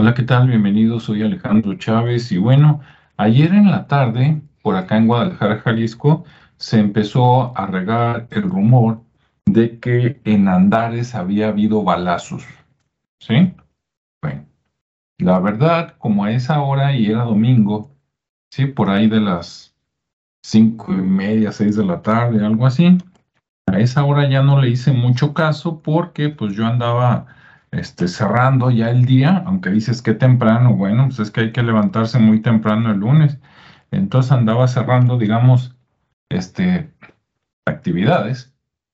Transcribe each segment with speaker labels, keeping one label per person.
Speaker 1: Hola, ¿qué tal? Bienvenido, soy Alejandro Chávez y bueno, ayer en la tarde, por acá en Guadalajara, Jalisco, se empezó a regar el rumor de que en Andares había habido balazos, ¿sí? Bueno, la verdad, como a esa hora y era domingo, sí, por ahí de las 5:30, 6 de la tarde, algo así. A esa hora ya no le hice mucho caso porque pues yo andaba cerrando ya el día, aunque dices que temprano, bueno, pues es que hay que levantarse muy temprano el lunes. Entonces andaba cerrando, digamos, este, actividades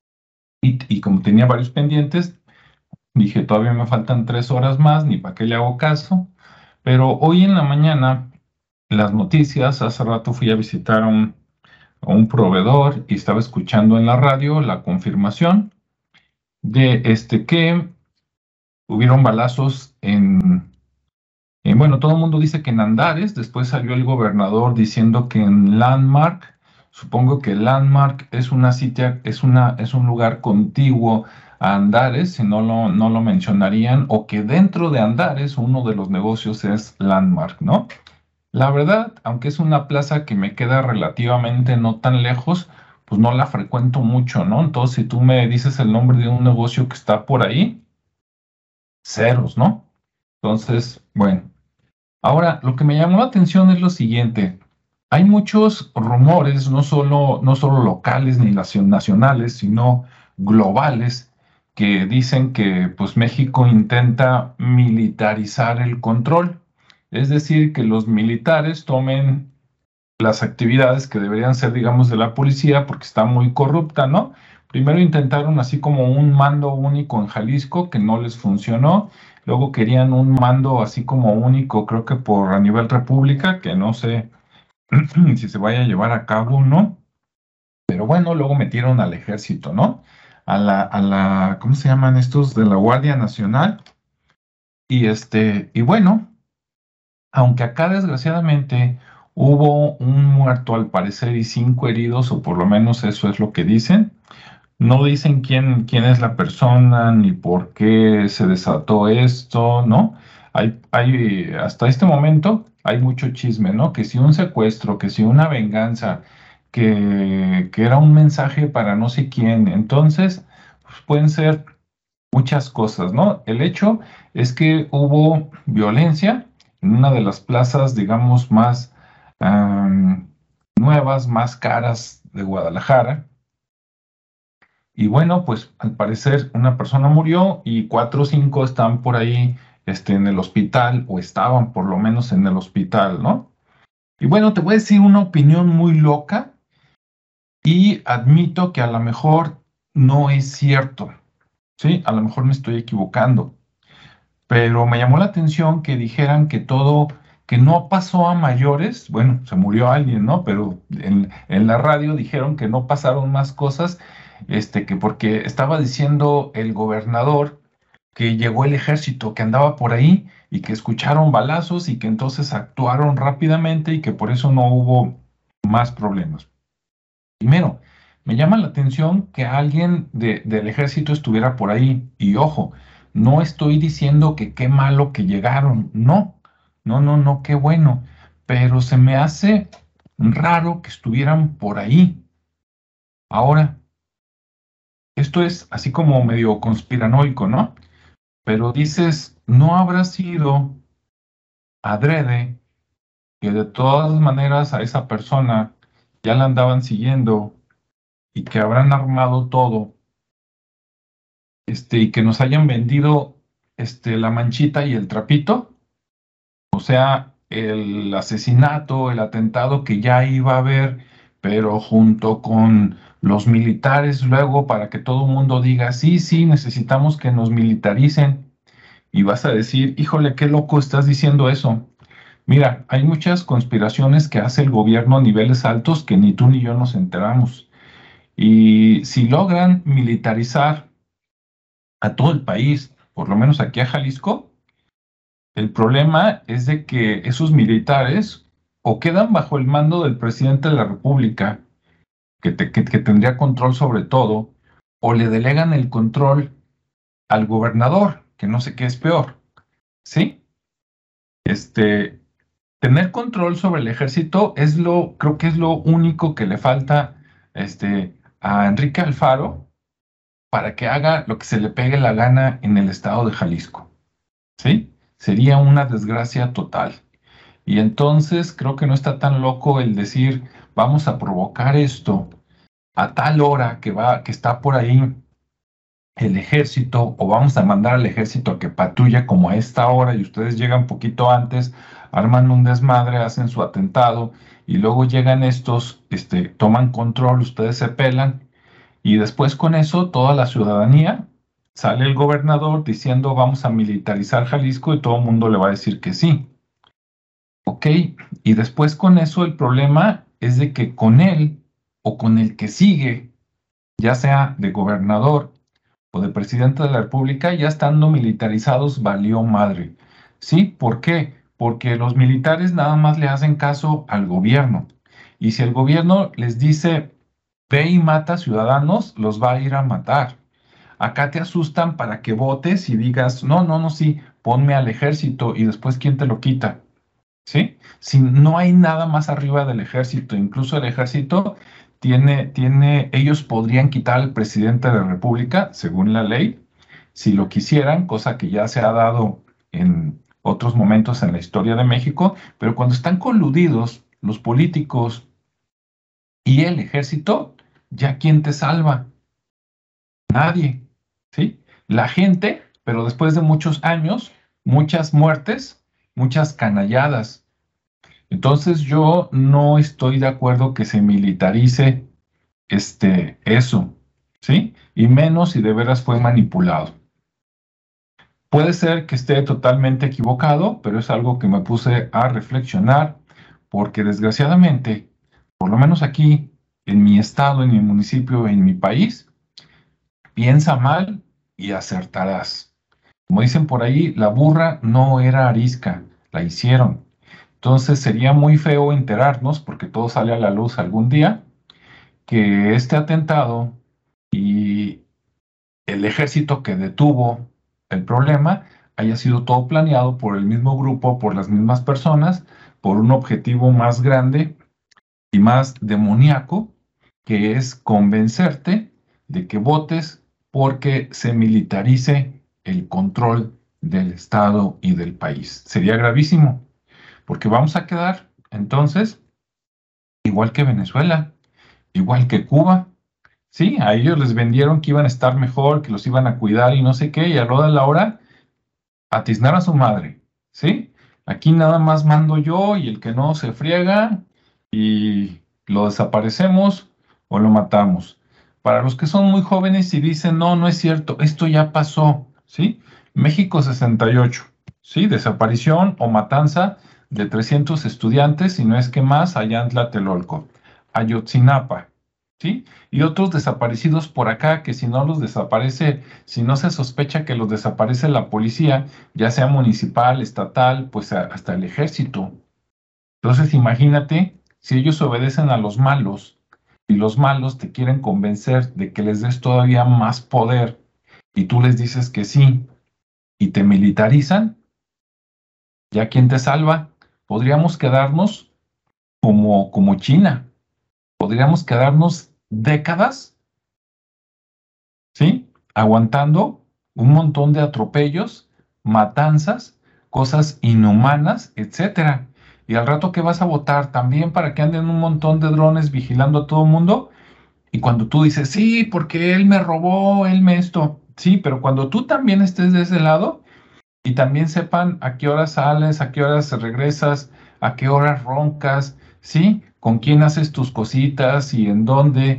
Speaker 1: y como tenía varios pendientes, dije, todavía me faltan 3 horas más, ni para qué le hago caso. Pero hoy en la mañana, las noticias, hace rato fui a visitar a un proveedor y estaba escuchando en la radio la confirmación de que hubieron balazos bueno, todo el mundo dice que en Andares, después salió el gobernador diciendo que en Landmark, supongo que Landmark es una sitio, es un lugar contiguo a Andares, si no lo mencionarían, o que dentro de Andares uno de los negocios es Landmark, ¿no? La verdad, aunque es una plaza que me queda relativamente no tan lejos, pues no la frecuento mucho, ¿no? Entonces, si tú me dices el nombre de un negocio que está por ahí, ceros, ¿no? Entonces, bueno. Ahora, lo que me llamó la atención es lo siguiente. Hay muchos rumores, no solo locales ni nacionales, sino globales, que dicen que pues, México intenta militarizar el control. Es decir, que los militares tomen las actividades que deberían ser, digamos, de la policía, porque está muy corrupta, ¿no? Primero intentaron así como un mando único en Jalisco, que no les funcionó. Luego querían un mando así como único, creo que por a nivel república, que no sé si se vaya a llevar a cabo o no. Pero bueno, luego metieron al ejército, ¿no? ¿Cómo se llaman estos? De la Guardia Nacional. Y bueno. Aunque acá desgraciadamente hubo un muerto al parecer y 5 heridos, o por lo menos eso es lo que dicen, no dicen quién es la persona ni por qué se desató esto, ¿no? Hasta este momento hay mucho chisme, ¿no? Que si un secuestro, que si una venganza, que era un mensaje para no sé quién. Entonces, pues pueden ser muchas cosas, ¿no? El hecho es que hubo violencia en una de las plazas, digamos, más nuevas, más caras de Guadalajara. Y bueno, pues al parecer una persona murió y 4 o 5 están por ahí, en el hospital o estaban por lo menos en el hospital, ¿no? Y bueno, te voy a decir una opinión muy loca y admito que a lo mejor no es cierto, ¿sí? A lo mejor me estoy equivocando. Pero me llamó la atención que dijeran que todo, que no pasó a mayores, bueno, se murió alguien, ¿no? Pero en la radio dijeron que no pasaron más cosas, que porque estaba diciendo el gobernador que llegó el ejército, que andaba por ahí y que escucharon balazos y que entonces actuaron rápidamente y que por eso no hubo más problemas. Primero, me llama la atención que alguien del ejército estuviera por ahí. Y ojo, no estoy diciendo que qué malo que llegaron. No, no, no, no, qué bueno. Pero se me hace raro que estuvieran por ahí. Ahora, esto es así como medio conspiranoico, ¿no? Pero dices, ¿no habrá sido adrede que de todas maneras a esa persona ya la andaban siguiendo y que habrán armado todo? Y que nos hayan vendido la manchita y el trapito, o sea, el asesinato, el atentado que ya iba a haber, pero junto con los militares luego para que todo el mundo diga, sí, sí, necesitamos que nos militaricen. Y vas a decir, híjole, qué loco estás diciendo eso. Mira, hay muchas conspiraciones que hace el gobierno a niveles altos que ni tú ni yo nos enteramos. Y si logran militarizar a todo el país, por lo menos aquí a Jalisco, el problema es de que esos militares o quedan bajo el mando del presidente de la República, que tendría control sobre todo, o le delegan el control al gobernador, que no sé qué es peor, ¿sí? Este, tener control sobre el ejército creo que es lo único que le falta, a Enrique Alfaro para que haga lo que se le pegue la gana en el estado de Jalisco, ¿sí? Sería una desgracia total. Y entonces creo que no está tan loco el decir, vamos a provocar esto a tal hora que está por ahí el ejército, o vamos a mandar al ejército a que patrulla como a esta hora y ustedes llegan poquito antes, arman un desmadre, hacen su atentado y luego llegan estos, toman control, ustedes se pelan y después con eso toda la ciudadanía, sale el gobernador diciendo vamos a militarizar Jalisco y todo el mundo le va a decir que sí. ¿Ok? Y después con eso el problema es de que con él o con el que sigue, ya sea de gobernador o de presidente de la República, ya estando militarizados, valió madre. ¿Sí? ¿Por qué? Porque los militares nada más le hacen caso al gobierno. Y si el gobierno les dice, ve y mata ciudadanos, los va a ir a matar. Acá te asustan para que votes y digas, no, no, no, sí, ponme al ejército y después ¿quién te lo quita? ¿Sí? Si no hay nada más arriba del ejército, incluso el ejército ellos podrían quitar al presidente de la República, según la ley, si lo quisieran, cosa que ya se ha dado en otros momentos en la historia de México, pero cuando están coludidos los políticos y el ejército, ¿ya quién te salva? Nadie, ¿sí? La gente, pero después de muchos años, muchas muertes, muchas canalladas. Entonces yo no estoy de acuerdo que se militarice eso, ¿sí? Y menos si de veras fue manipulado. Puede ser que esté totalmente equivocado, pero es algo que me puse a reflexionar porque desgraciadamente, por lo menos aquí, en mi estado, en mi municipio, en mi país, piensa mal y acertarás. Como dicen por ahí, la burra no era arisca, la hicieron. Entonces sería muy feo enterarnos, porque todo sale a la luz algún día, que este atentado y el ejército que detuvo el problema haya sido todo planeado por el mismo grupo, por las mismas personas, por un objetivo más grande y más demoníaco, que es convencerte de que votes porque se militarice el control del Estado y del país. Sería gravísimo, porque vamos a quedar entonces igual que Venezuela, igual que Cuba. Sí, a ellos les vendieron que iban a estar mejor, que los iban a cuidar y no sé qué, y a lo de la hora, a tiznar a su madre. ¿Sí? Aquí nada más mando yo y el que no se friega y lo desaparecemos o lo matamos. Para los que son muy jóvenes y dicen, no, no es cierto, esto ya pasó. ¿Sí? México 68. ¿Sí? Desaparición o matanza de 300 estudiantes, si no es que más, allá en Tlatelolco. Ayotzinapa. ¿Sí? Y otros desaparecidos por acá que si no los desaparece, si no se sospecha que los desaparece la policía, ya sea municipal, estatal, pues hasta el ejército. Entonces imagínate si ellos obedecen a los malos y los malos te quieren convencer de que les des todavía más poder y tú les dices que sí y te militarizan, ¿ya quién te salva? Podríamos quedarnos como China, podríamos quedarnos décadas, ¿sí? Aguantando un montón de atropellos, matanzas, cosas inhumanas, etcétera. Y al rato que vas a votar también para que anden un montón de drones vigilando a todo el mundo. Y cuando tú dices, sí, porque él me robó, él me esto. Sí, pero cuando tú también estés de ese lado y también sepan a qué horas sales, a qué horas regresas, a qué horas roncas, ¿sí? Con quién haces tus cositas y en dónde,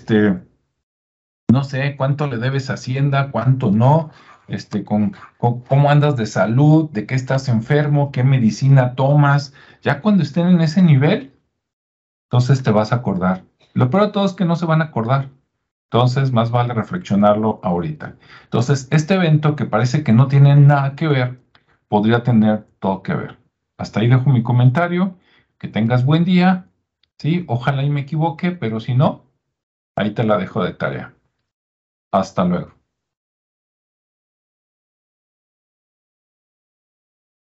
Speaker 1: no sé cuánto le debes a Hacienda, cuánto no, cómo andas de salud, de qué estás enfermo, qué medicina tomas. Ya cuando estén en ese nivel, entonces te vas a acordar. Lo peor de todo es que no se van a acordar. Entonces, más vale reflexionarlo ahorita. Entonces, este evento que parece que no tiene nada que ver, podría tener todo que ver. Hasta ahí dejo mi comentario. Que tengas buen día. Sí, ojalá y me equivoque, pero si no, ahí te la dejo de tarea. Hasta luego.